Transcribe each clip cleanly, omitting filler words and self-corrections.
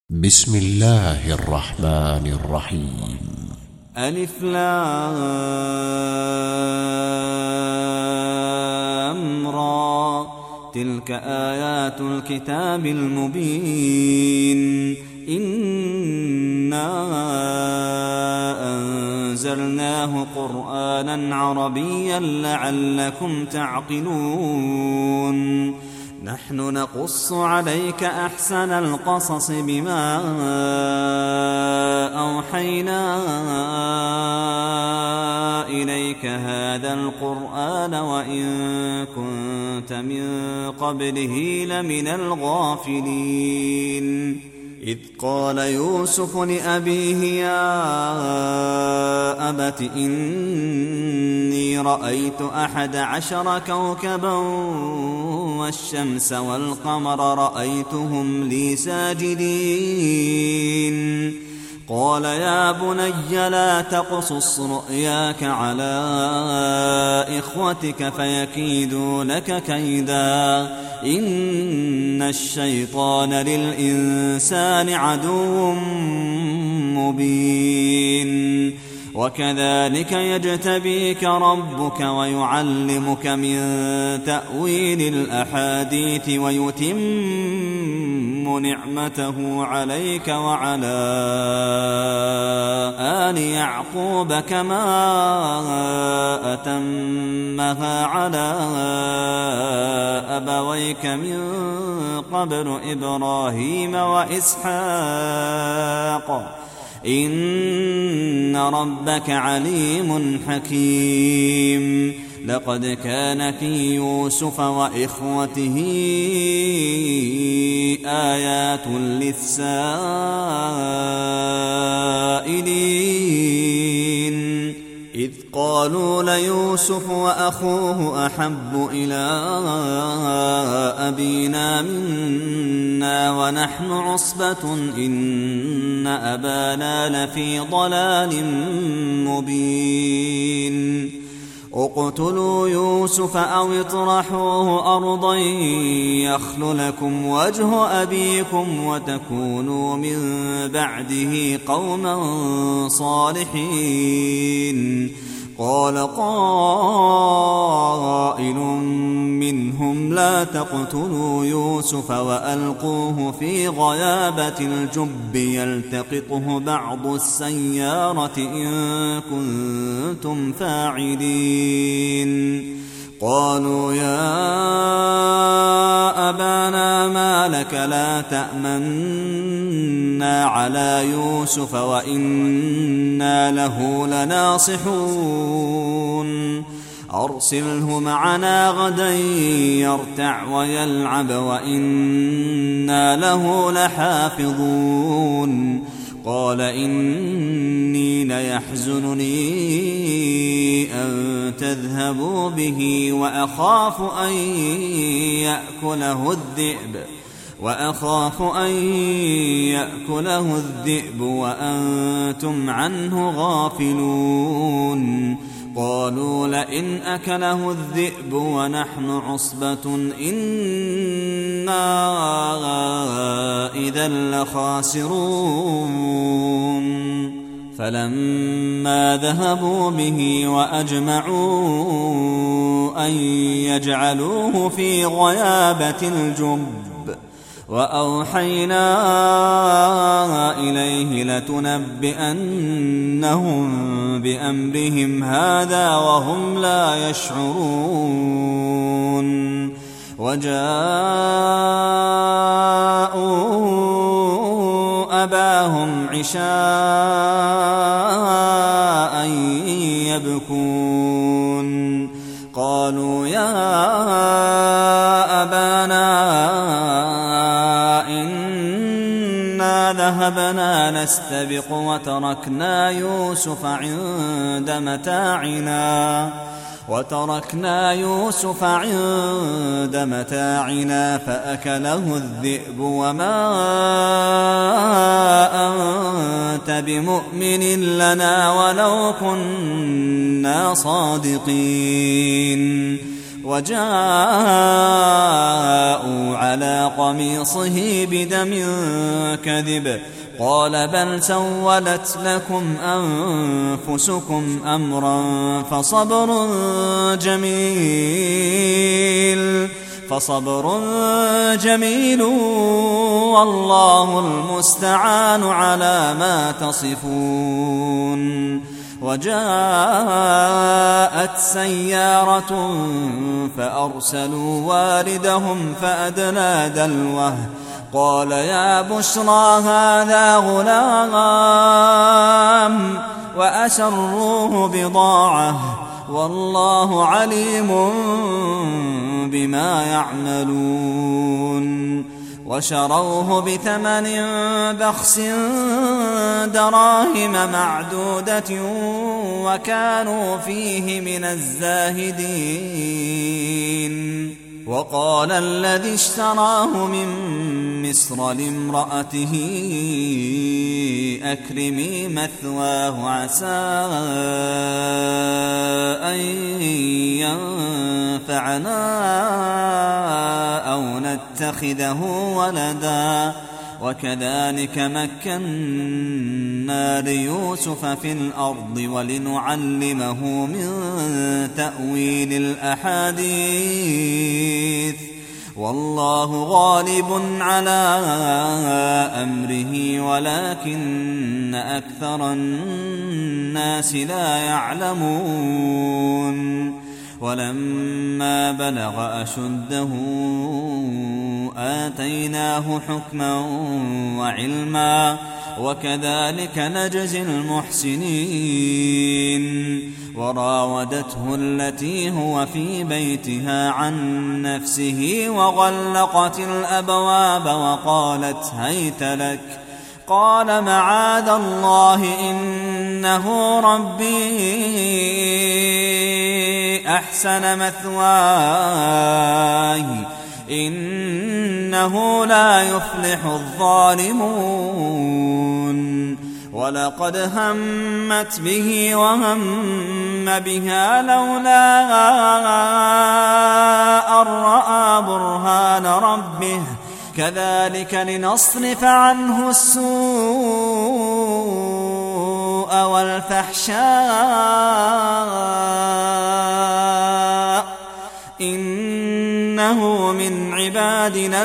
بسم الله الرحمن الرحيم. ألف لام را، تلك آيات الكتاب المبين. إنا أنزلناه قرآنا عربيا لعلكم تعقلون. نحن نقص عليك أحسن القصص بما أوحينا إليك هذا القرآن وإن كنت من قبله لمن الغافلين. إذ قال يوسف لأبيه يا أبت إني رأيت 11 كوكبا والشمس والقمر رأيتهم لي ساجدين. قال يا بني لا تقصص رؤياك على إخوتك فيكيدوا لك كيدا إن الشيطان للإنسان عدو مبين. وكذلك يجتبيك ربك ويعلمك من تأويل الأحاديث ويتم نعمته عليك وعلى آل يعقوب كما أتمها على أبويك من قبل إبراهيم وإسحاق إن ربك عليم حكيم. لقد كان في يوسف وإخوته آيات للسائلين. إذ قالوا ليوسف وأخوه أحب إلى أبينا منا ونحن عصبة إن أبانا لفي ضلال مبين. اقتلوا يوسف أو اطرحوه أرضا يخل لكم وجه أبيكم وتكونوا من بعده قوما صالحين. قال قائل منهم لا تقتلوا يوسف وألقوه في غيابة الجب يلتقطه بعض السيارة إن كنتم فاعلين. قالوا يا أبانا ما لك لا تأمنا على يوسف وإنا له لناصحون. أرسله معنا غدا يرتع ويلعب وإنا له لحافظون. قال إني ليحزنني أن تذهبوا به وأخاف أن يأكله الذئب وأنتم عنه غافلون. قالوا لئن أكله الذئب ونحن عصبة إنا إذا لخاسرون. فلما ذهبوا به وأجمعوا أن يجعلوه في غيابة الجب وأوحينا إليه لتنبئنهم بأمرهم هذا وهم لا يشعرون. وجاءوا أباهم عشاء يبكون. قالوا يا أبانا ذهبنا نستبق وتركنا يوسف عند متاعنا فأكله الذئب وما أنت بمؤمن لنا ولو كنا صادقين. وجاءوا على قميصه بدم كذب قال بل سولت لكم أنفسكم أمرا فصبر جميل والله المستعان على ما تصفون. وجاءت سيارة فأرسلوا واردهم فأدلى دلوه قال يا بشرى هذا غلام وأسروه بضاعة والله عليم بما يعملون. وشروه بثمن بخس دراهم معدودة وكانوا فيه من الزاهدين. وقال الذي اشتراه من مصر لامرأته أكرمي مثواه عسى أن ينفعنا أو نتخذه ولدا. وكذلك مكنا ليوسف في الأرض ولنعلمه من تأويل الأحاديث والله غالب على أمره ولكن أكثر الناس لا يعلمون. ولما بلغ أشده آتيناه حكما وعلما وكذلك نجزي المحسنين. وراودته التي هو في بيتها عن نفسه وغلقت الأبواب وقالت هيت لك قال معاذ الله إنه ربي أحسن مثواي إنه لا يفلح الظالمون. ولقد همت به وهم بها لولا أن رأى برهان ربه كذلك لنصرف عنه السوء والفحشاء إنه من عبادنا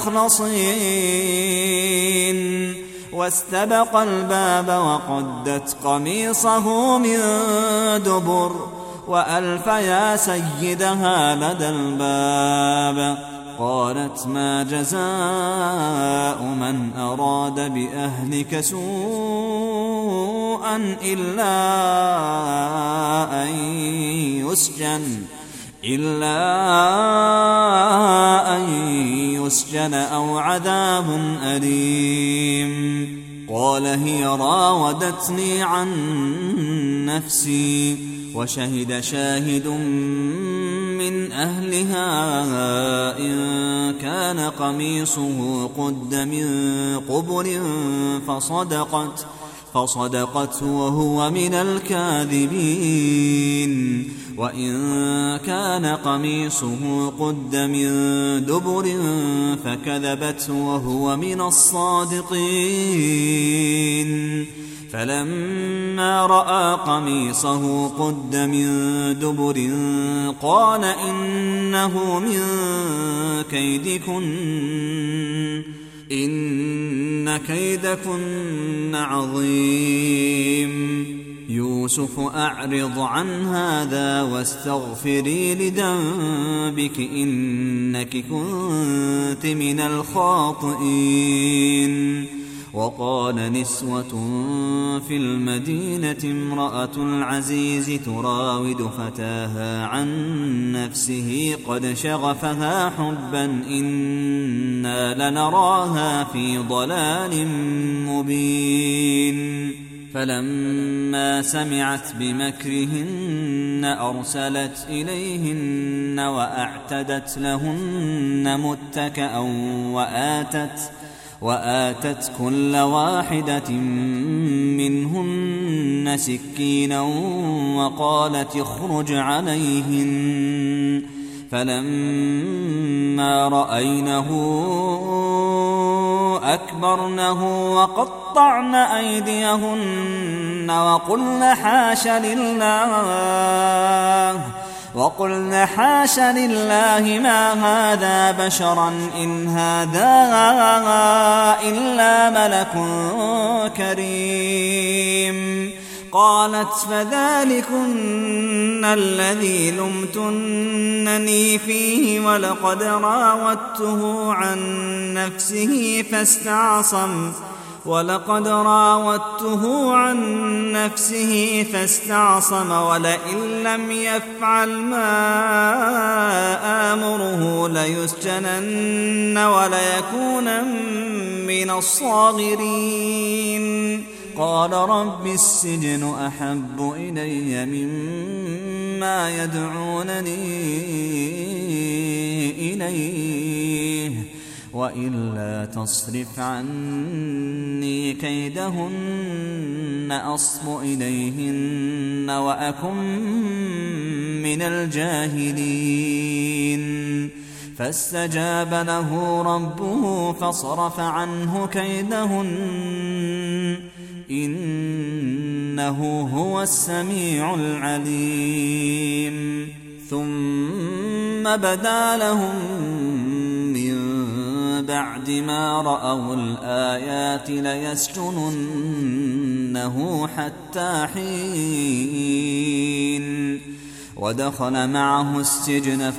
المخلصين. واستبق الباب وقدت قميصه من دبر وألف يا سيدها لدى الباب. قالت ما جزاء من أراد بأهلك سوءا إلا أن يسجن أو عذاب أليم. قال هي راودتني عن نفسي وشهد شاهد من أهلها إن كان قميصه قد من قبل فصدقت وهو من الكاذبين. وإن كان قميصه قد من دبر فكذبت وهو من الصادقين. فلما رأى قميصه قد من دبر قال إنه من كيدكن إن كيدكن عظيم. يوسف أعرض عن هذا واستغفري لذنبك إنك كنت من الخاطئين. وقال نسوة في المدينة امرأة العزيز تراود فتاها عن نفسه قد شغفها حبا إنا لنراها في ضلال مبين. فلما سمعت بمكرهن أرسلت إليهن وأعتدت لهن متكأ وآتت كل واحدة منهن سكينا وقالت اخرج عليهن فلما رأينه أكبرنه وقطعن أيديهن وقلن حاش لله ما هذا بشرا إن هذا إلا ملك كريم. قالت فذلكن الذي لمتنني فيه ولقد راودته عن نفسه فاستعصم ولئن لم يفعل ما آمره ليسجنن وليكون من الصاغرين. قال رب السجن أحب إلي مما يدعونني إليه وإلا تصرف عني كيدهن أصب إليهن وأكن من الجاهلين. فاستجاب له ربه فصرف عنه كيدهن إنه هو السميع العليم. ثم بدا لهم من بعد ما رأوا الآيات ليسجننه حتى حين. ودخل معه السجن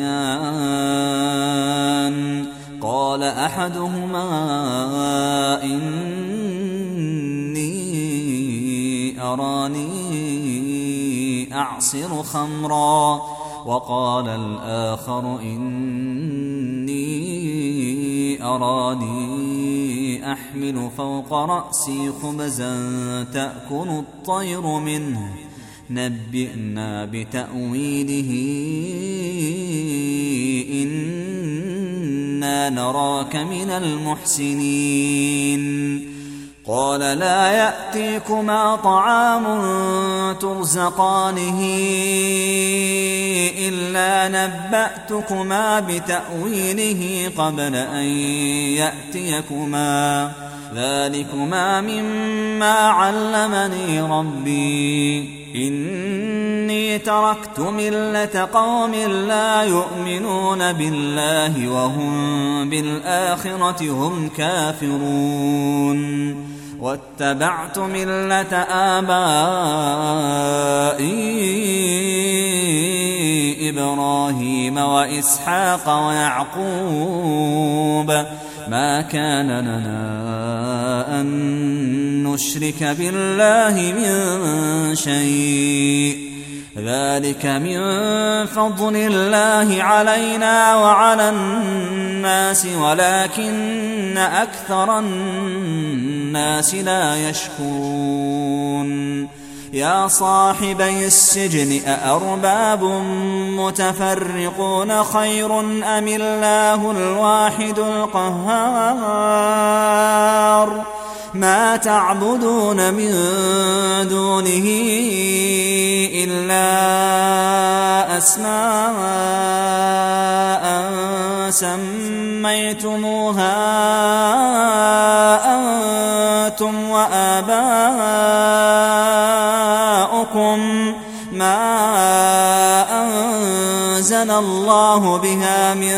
فتيان قال أحدهما إني أراني أعصر خمرا وقال الآخر إني أراني أحمل فوق رأسي خبزا تأكل الطير منه نبئنا بتأويله إنا نراك من المحسنين. قال لا يأتيكما طعام ترزقانه إلا نبأتكما بتأويله قبل أن يأتيكما ذلكما مما علمني ربي إني تركت ملة قوم لا يؤمنون بالله وهم بالآخرة هم كافرون واتبعت ملة آبائي إبراهيم وإسحاق ويعقوب ما كان لنا أن نشرك بالله من شيء ذلك من فضل الله علينا وعلى الناس ولكن أكثر الناس لا يشكرون. يا صاحبي السجن أأرباب متفرقون خير أم الله الواحد القهار ما تعبدون من دونه إلا أسماء سميتموها أنتم وآباؤكم ما أنزل الله بها من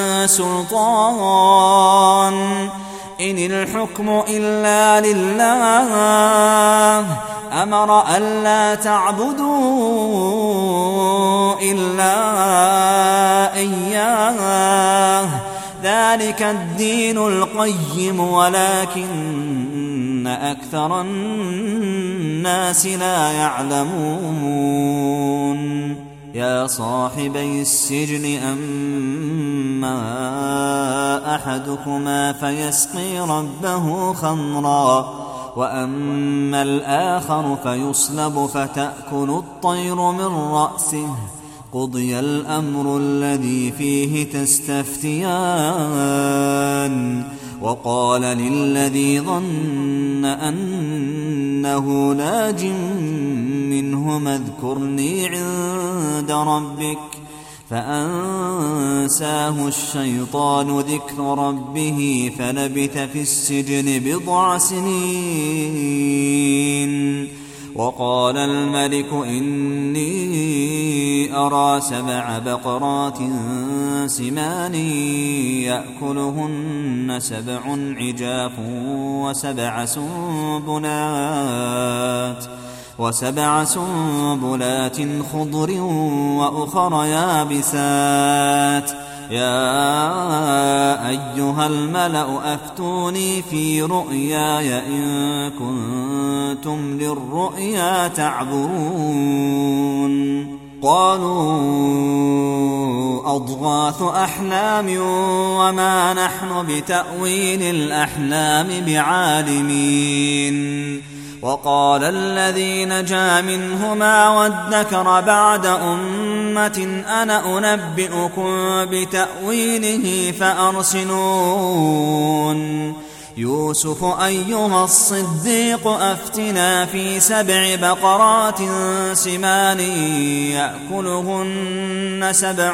سلطان إن الحكم إلا لله أمر ألا تعبدوا إلا إياه ذلك الدين القيم ولكن أكثر الناس لا يعلمون. يا صاحبي السجن أما أحدكما فيسقي ربه خمرا وأما الآخر فيصلب فتأكل الطير من رأسه قضي الأمر الذي فيه تستفتيان. وقال للذي ظن أنه ناج منهما اذكرني عند ربك فأنساه الشيطان ذكر ربه فلبث في السجن 10 سنين. وقال الملك إني أرى 7 بقرات سمان يأكلهن 7 عجاف و7 سنبلات خضر وأخر يابسات. يا أيها الملأ أفتوني في رؤياي إن كنتم للرؤيا تعبرون. قالوا أضغاث أحلام وما نحن بتأويل الأحلام بعالمين. وقال الذي نجا منهما وادكر بعد أمة أنا أنبئكم بتأويله فأرسلون. يوسف أيها الصديق أفتنا في 7 بقرات سمان يأكلهن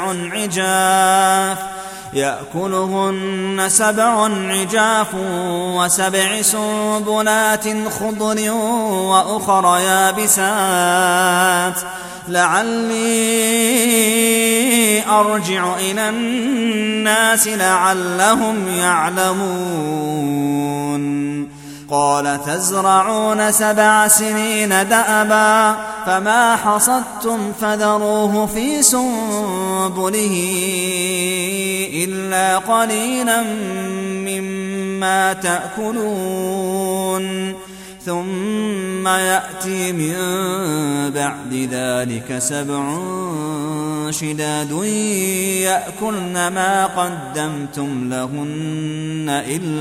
7 عجاف و7 سنبلات خضر وأخر يابسات لعلي أرجع إلى الناس لعلهم يعلمون. قال تزرعون 7 سنين دأبا فما حصدتم فذروه في سنبله إلا قليلا مما تأكلون. ثم يأتي من بعد ذلك 7 شداد يأكلن ما قدمتم لهن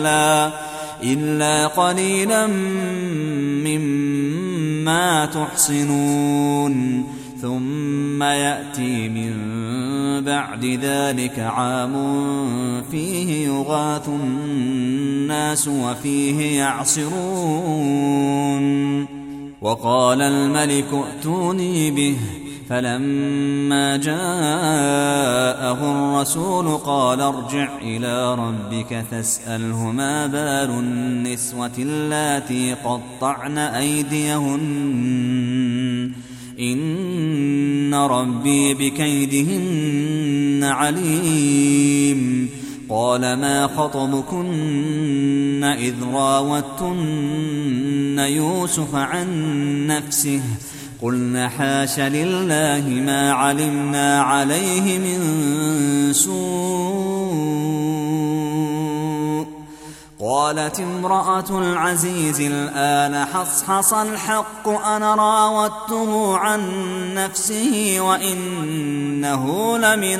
إلا قليلا مما تحصنون. ثم يأتي من بعد ذلك عام فيه يغاث الناس وفيه يعصرون. وقال الملك ائتوني به فلما جاءه الرسول قال ارجع إلى ربك فاسأله ما بال النسوة اللاتي قطعن أيديهن إن ربي بكيدهن عليم. قال ما خطبكن إذ راوتن يوسف عن نفسه قلنا حاش لله ما علمنا عليه من سوء. قالت امرأة العزيز الآن حصحص الحق أنا راودته عن نفسه وإنه لمن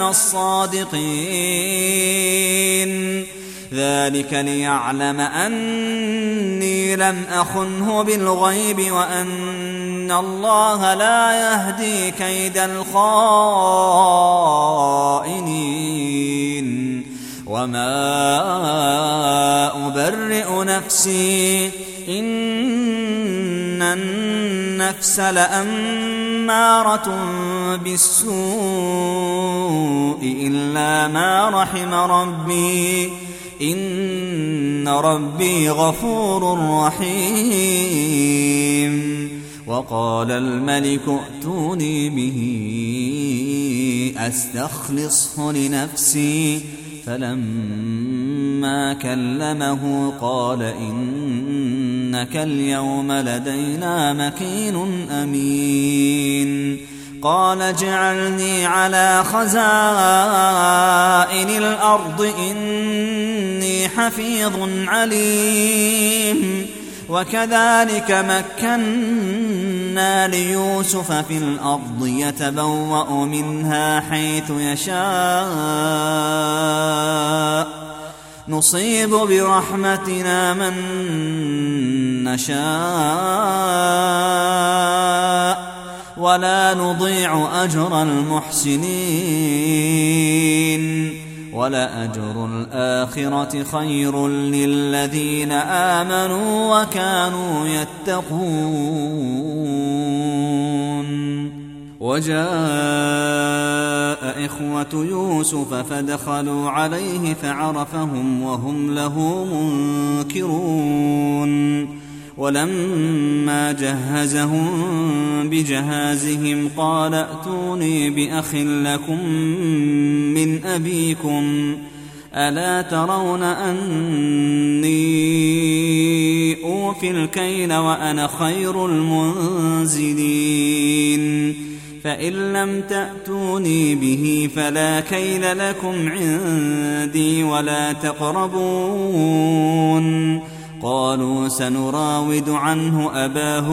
الصادقين. ذلك ليعلم أني لم أخنه بالغيب وأن الله لا يهدي كيد الخائنين. وما أبرئ نفسي إن النفس لأمارة بالسوء إلا ما رحم ربي إن ربي غفور رحيم. وقال الملك ائتوني به أستخلصه لنفسي فلما كلمه قال إنك اليوم لدينا مكين أمين. قال اجعلني على خزائن الأرض إني حفيظ عليم. وكذلك مكنا ليوسف في الأرض يتبوأ منها حيث يشاء نصيب برحمتنا من نشاء ولا نضيع أجر المحسنين. ولأجر الآخرة خير للذين آمنوا وكانوا يتقون. وجاء إخوة يوسف فدخلوا عليه فعرفهم وهم له منكرون ولما جهزهم بجهازهم قال ائتوني بأخ لكم من أبيكم ألا ترون أني أوفي الكيل وأنا خير المنزلين فإن لم تأتوني به فلا كيل لكم عندي ولا تقربون قالوا سنراود عنه أباه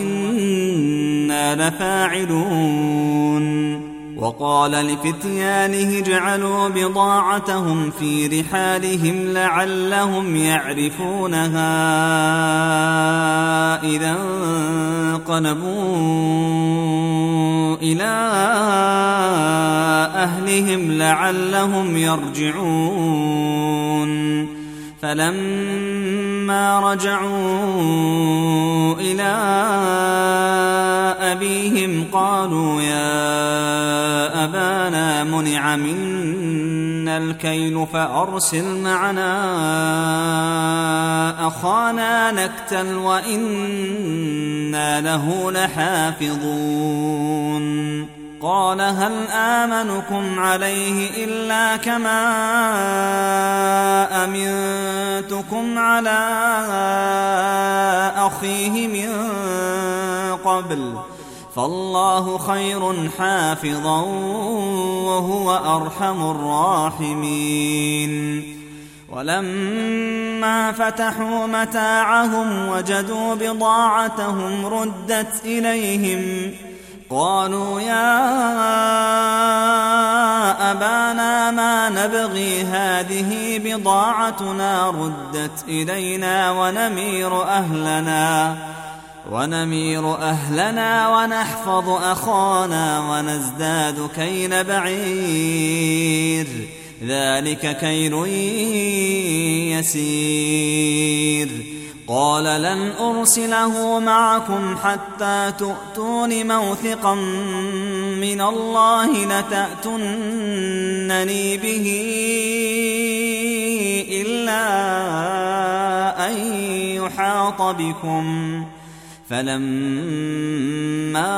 وإنا لفاعلون وقال لفتيانه اجعلوا بضاعتهم في رحالهم لعلهم يعرفونها إذا انقلبوا إلى أهلهم لعلهم يرجعون فلما رجعوا إلى أبيهم قالوا يا أبانا منع منا الكيل فأرسل معنا أخانا نكتل وإنا له لحافظون قال هل آمنكم عليه إلا كما أمنتكم على أخيه من قبل فالله خير حافظا وهو أرحم الراحمين ولما فتحوا متاعهم وجدوا بضاعتهم ردت إليهم قالوا يا أبانا ما نبغي هذه بضاعتنا ردت إلينا ونمير أهلنا ونحفظ أخانا ونزداد كيل بعير ذلك كيل يسير قال لن أرسله معكم حتى تؤتون موثقا من الله لتأتونني به إلا أن يحاط بكم فلما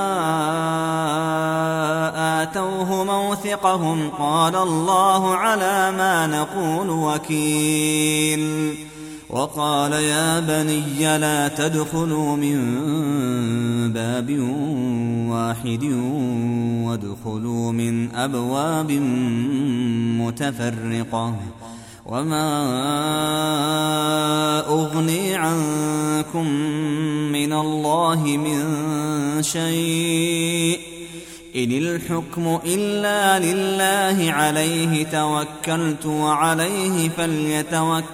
آتوه موثقهم قال الله على ما نقول وكيل وقال يا بني لا تدخلوا من باب واحد وادخلوا من أبواب متفرقة وما أغني عنكم من الله من شيء إن الحكم إلا لله عليه توكلت وعليه فليتوكل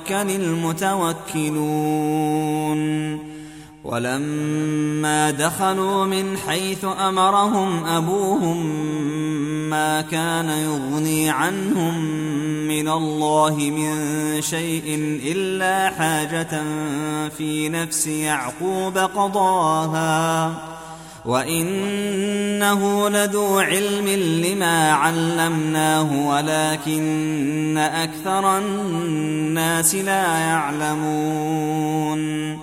المتوكلون ولما دخلوا من حيث أمرهم أبوهم ما كان يغني عنهم من الله من شيء إلا حاجة في نفس يعقوب قضاها وإنه لذو علم لما علمناه ولكن أكثر الناس لا يعلمون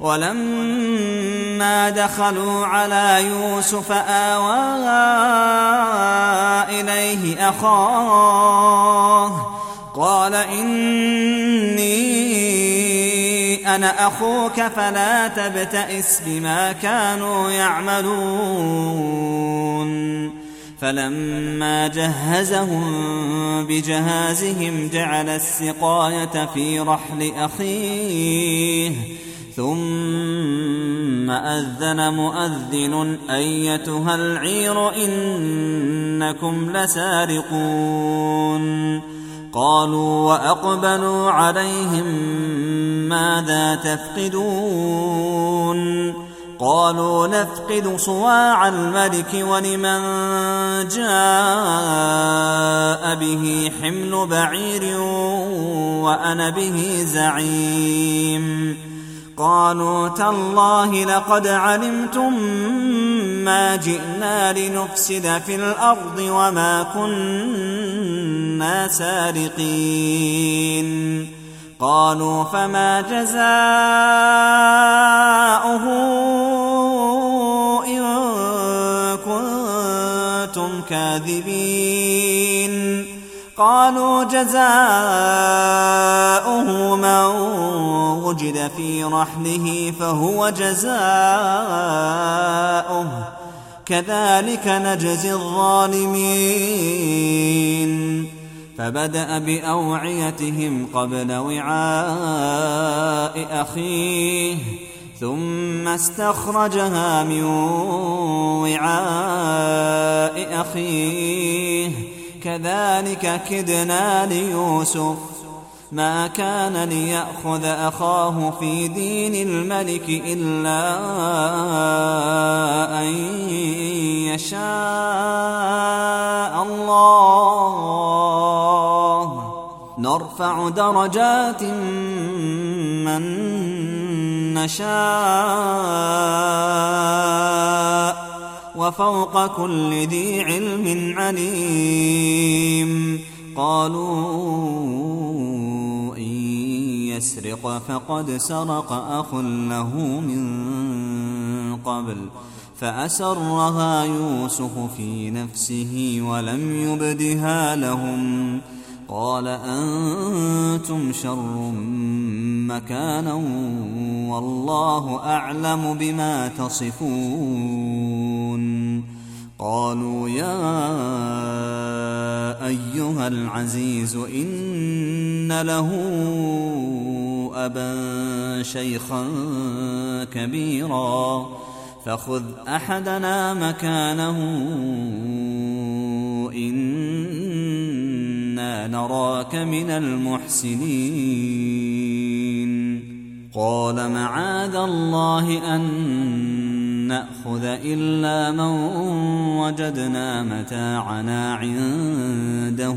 ولما دخلوا على يوسف آوى إليه أخاه قال إني أنا أخوك فلا تبتئس بما كانوا يعملون فلما جهزهم بجهازهم جعل السقاية في رحل أخيه ثم أذن مؤذن أيتها العير إنكم لسارقون قالوا وأقبلوا عليهم ماذا تفقدون قالوا نفقد صواع الملك ولمن جاء به حمل بعير وأنا به زعيم قالوا تالله لقد علمتم ما جئنا لنفسد في الأرض وما كنا سارقين قالوا فما جزاؤه إن كنتم كاذبين قالوا جزاؤه من وجد في رحله فهو جزاؤه كذلك نجزي الظالمين فبدأ بأوعيتهم قبل وعاء أخيه ثم استخرجها من وعاء أخيه كذلك كدنا ليوسف ما كان ليأخذ أخاه في دين الملك إلا أن يشاء الله نرفع درجات من نشاء وفوق كل ذي علم عليم قالوا إن يسرق فقد سرق أخ له من قبل فأسرها يوسف في نفسه ولم يبدها لهم قال أنتم شر مكانا والله أعلم بما تصفون قالوا يا أيها العزيز إن له أبا شيخا كبيرا فخذ أحدنا مكانه إنا نراك من المحسنين قال معاذ الله أن نأخذ إلا من وجدنا متاعنا عنده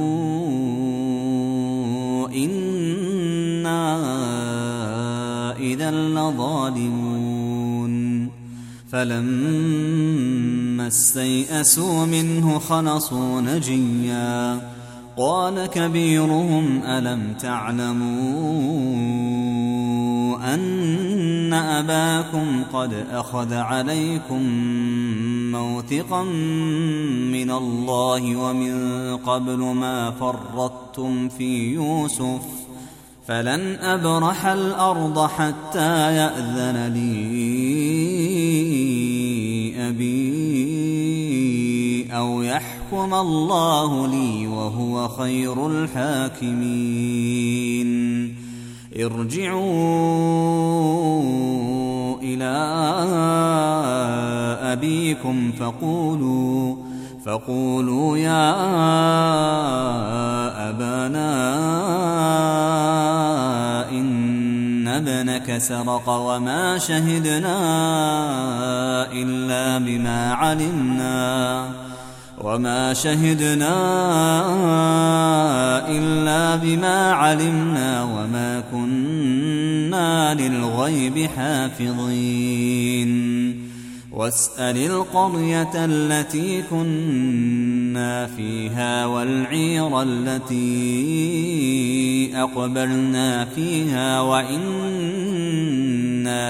إنا إذا لظالمون فلما استيئسوا منه خلصوا نجيا قال كبيرهم ألم تعلموا أن أباكم قد أخذ عليكم موثقا من الله ومن قبل ما فرطتم في يوسف فلن أبرح الأرض حتى يأذن لي أبي أو يحكم الله لي وهو خير الحاكمين ارجعوا إلى أبيكم فقولوا يا أبانا إن ابنك سرق وما شهدنا إلا بما علمنا وما كنا للغيب حافظين واسأل القرية التي كنا فيها والعير التي أقبلنا فيها وإنا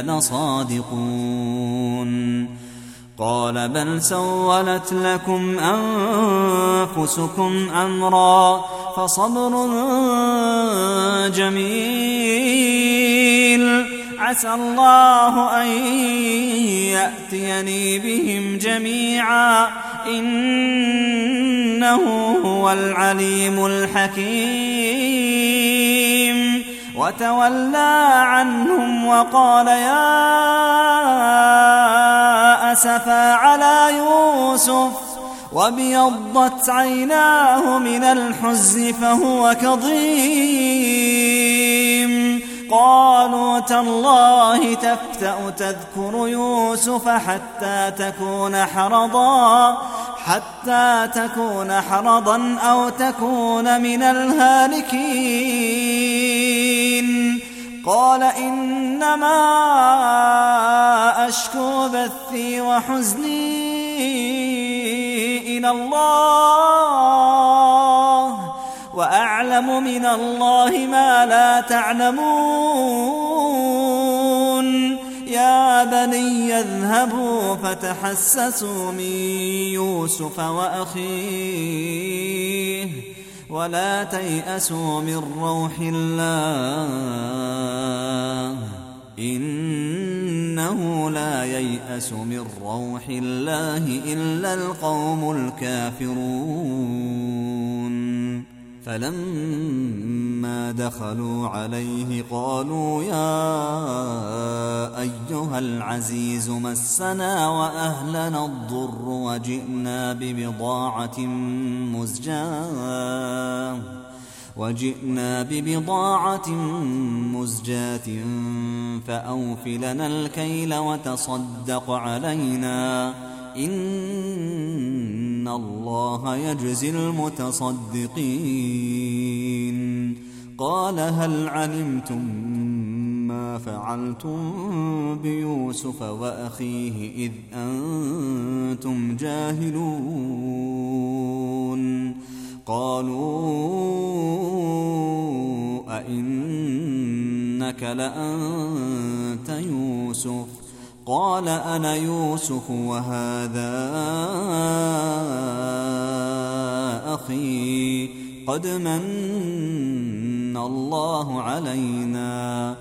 لصادقون قال بل سولت لكم أنفسكم أمرا فصبر جميل عسى الله أن يأتيني بهم جميعا إنه هو العليم الحكيم وتولى عنهم وقال يا أسفا على يوسف وابيضت عيناه من الحزن فهو كظيم قالوا تالله تفتأ تذكر يوسف حتى تكون حرضا أو تكون من الهالكين قال إنما أشكو وبثي وحزني إلى الله وأعلم من الله ما لا تعلمون يا بني اذهبوا فتحسسوا من يوسف وأخيه ولا تيأسوا من روح الله إنه لا ييأس من روح الله إلا القوم الكافرون فلما دخلوا عليه قالوا يا أيها العزيز مسنا وأهلنا الضر وجئنا ببضاعة مزجاة فأوف لنا الكيل وتصدق علينا إن الله يجزي المتصدقين قال هل علمتم ما فعلتم بيوسف وأخيه إذ أنتم جاهلون قالوا أئنك لأنت يوسف قال أنا يوسف وهذا أخي قد من الله علينا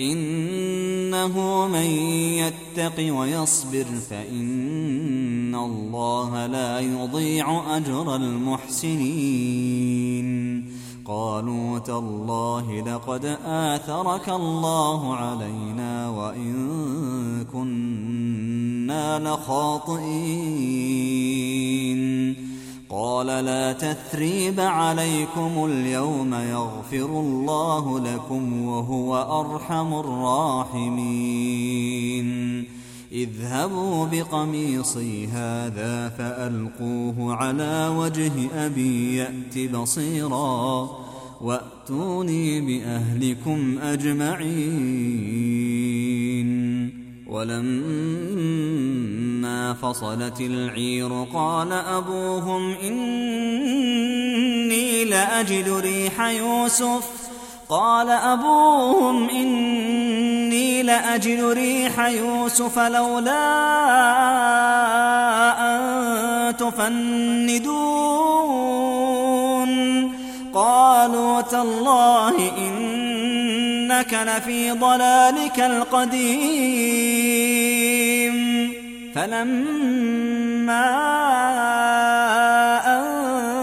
إنه من يتق ويصبر فإن الله لا يضيع أجر المحسنين قالوا تالله لقد آثرك الله علينا وإن كنا لخاطئين قال لا تثريب عليكم اليوم يغفر الله لكم وهو أرحم الراحمين اذهبوا بقميصي هذا فألقوه على وجه أبي يأت بصيرا وأتوني بأهلكم أجمعين ولما فصلت العير قال أبوهم إني لأجد ريح يوسف لولا أن تفندون قالوا تالله إنك لفي ضلالك القديم فلما أن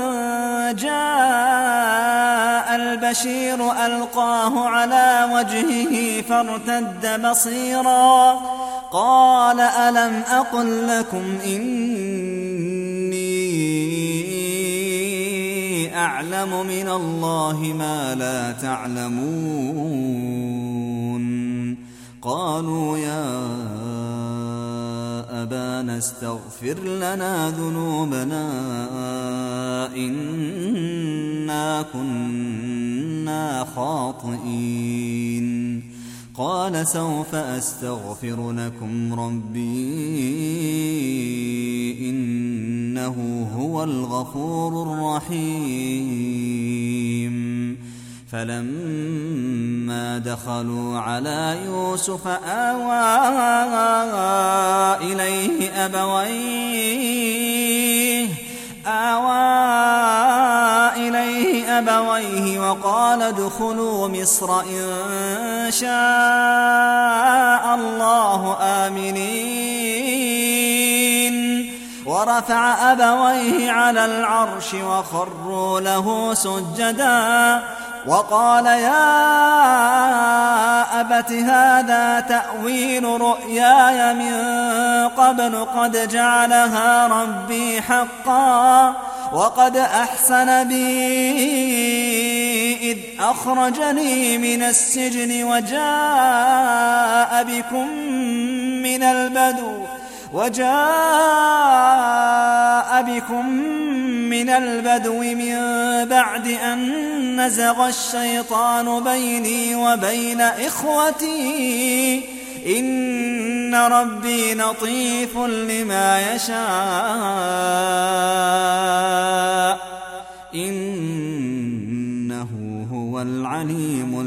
جاء البشير ألقاه على وجهه فارتد بصيرا قال ألم أقل لكم إني أعلم من الله ما لا تعلمون قالوا يا أبانا استغفر لنا ذنوبنا إنا كنا خاطئين قال سوف أستغفر لكم ربي إنه هو الغفور الرحيم فلما دخلوا على يوسف آوى إليه أبويه وقال ادخلوا مصر إن شاء الله آمنين ورفع أبويه على العرش وخروا له سجدا وقال يا أبت هذا تأويل رؤياي من قبل قد جعلها ربي حقا وقد أحسن بي إذ أخرجني من السجن وجاء بكم من البدو من بعد أن نزغ الشيطان بيني وبين إخوتي إن إن ربي لطيف لما يشاء إنه هو العليم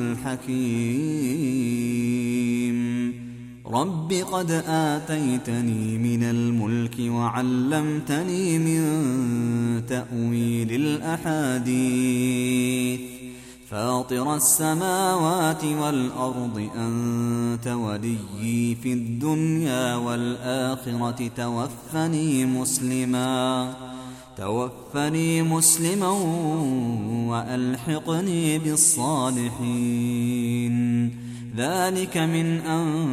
الحكيم رب قد آتيتني من الملك وعلمتني من تأويل الأحاديث فاطر السماوات والأرض أنت وليي في الدنيا والآخرة توفني مسلما وألحقني بالصالحين ذلك من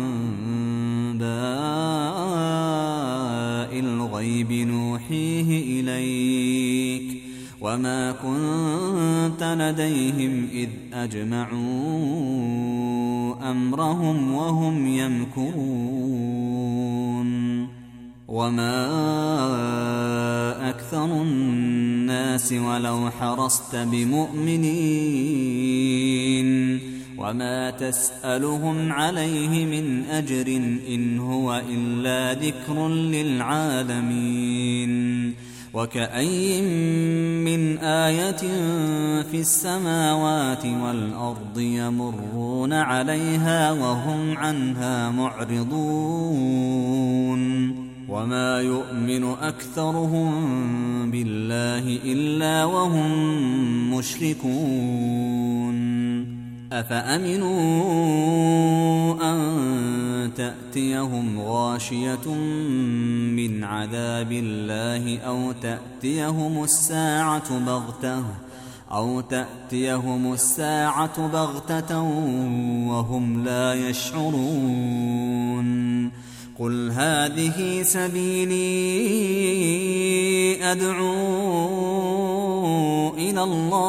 أنباء الغيب نوحيه إليك وما كنت لديهم إذ أجمعوا أمرهم وهم يمكرون وما أكثر الناس ولو حرصت بمؤمنين وما تسألهم عليه من أجر إن هو إلا ذكر للعالمين وكأي من آية في السماوات والأرض يمرون عليها وهم عنها معرضون وما يؤمن أكثرهم بالله إلا وهم مشركون أفأمنوا أن تأتيهم غاشية من عذاب الله أو تأتيهم الساعة بغتة وهم لا يشعرون قل هذه سبيلي أدعو إلى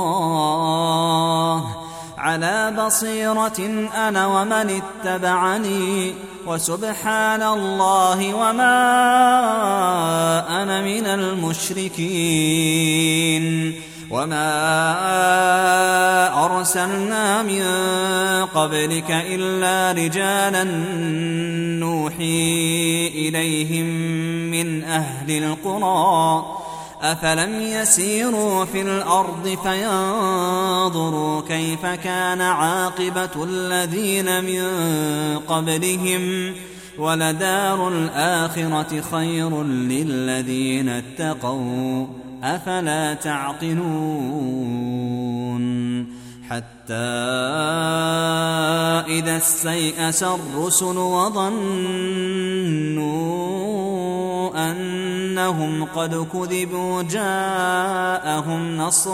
الله على بصيرة أنا ومن اتبعني وسبحان الله وما أنا من المشركين وما أرسلنا من قبلك إلا رجالا نوحي إليهم من أهل القرى أفلم يسيروا في الأرض فينظروا كيف كان عاقبة الذين من قبلهم ولدار الآخرة خير للذين اتقوا أفلا تعقلون حتى إذا استيأس الرسل وظنوا أنهم قد كذبوا جاءهم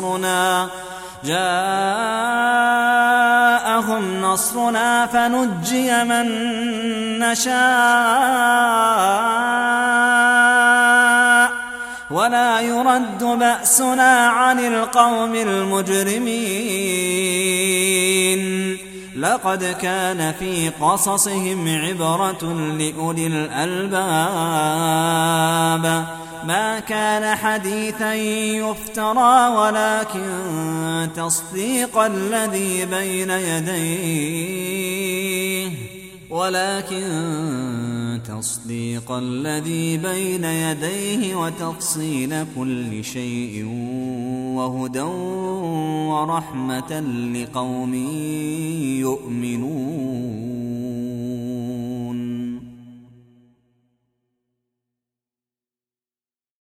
نصرنا فنجي من نشاء ولا يرد بأسنا عن القوم المجرمين لقد كان في قصصهم عبرة لأولي الألباب ما كان حديثا يفترى ولكن تصديق الذي بين يديه وتفصيل كل شيء وهدى ورحمة لقوم يؤمنون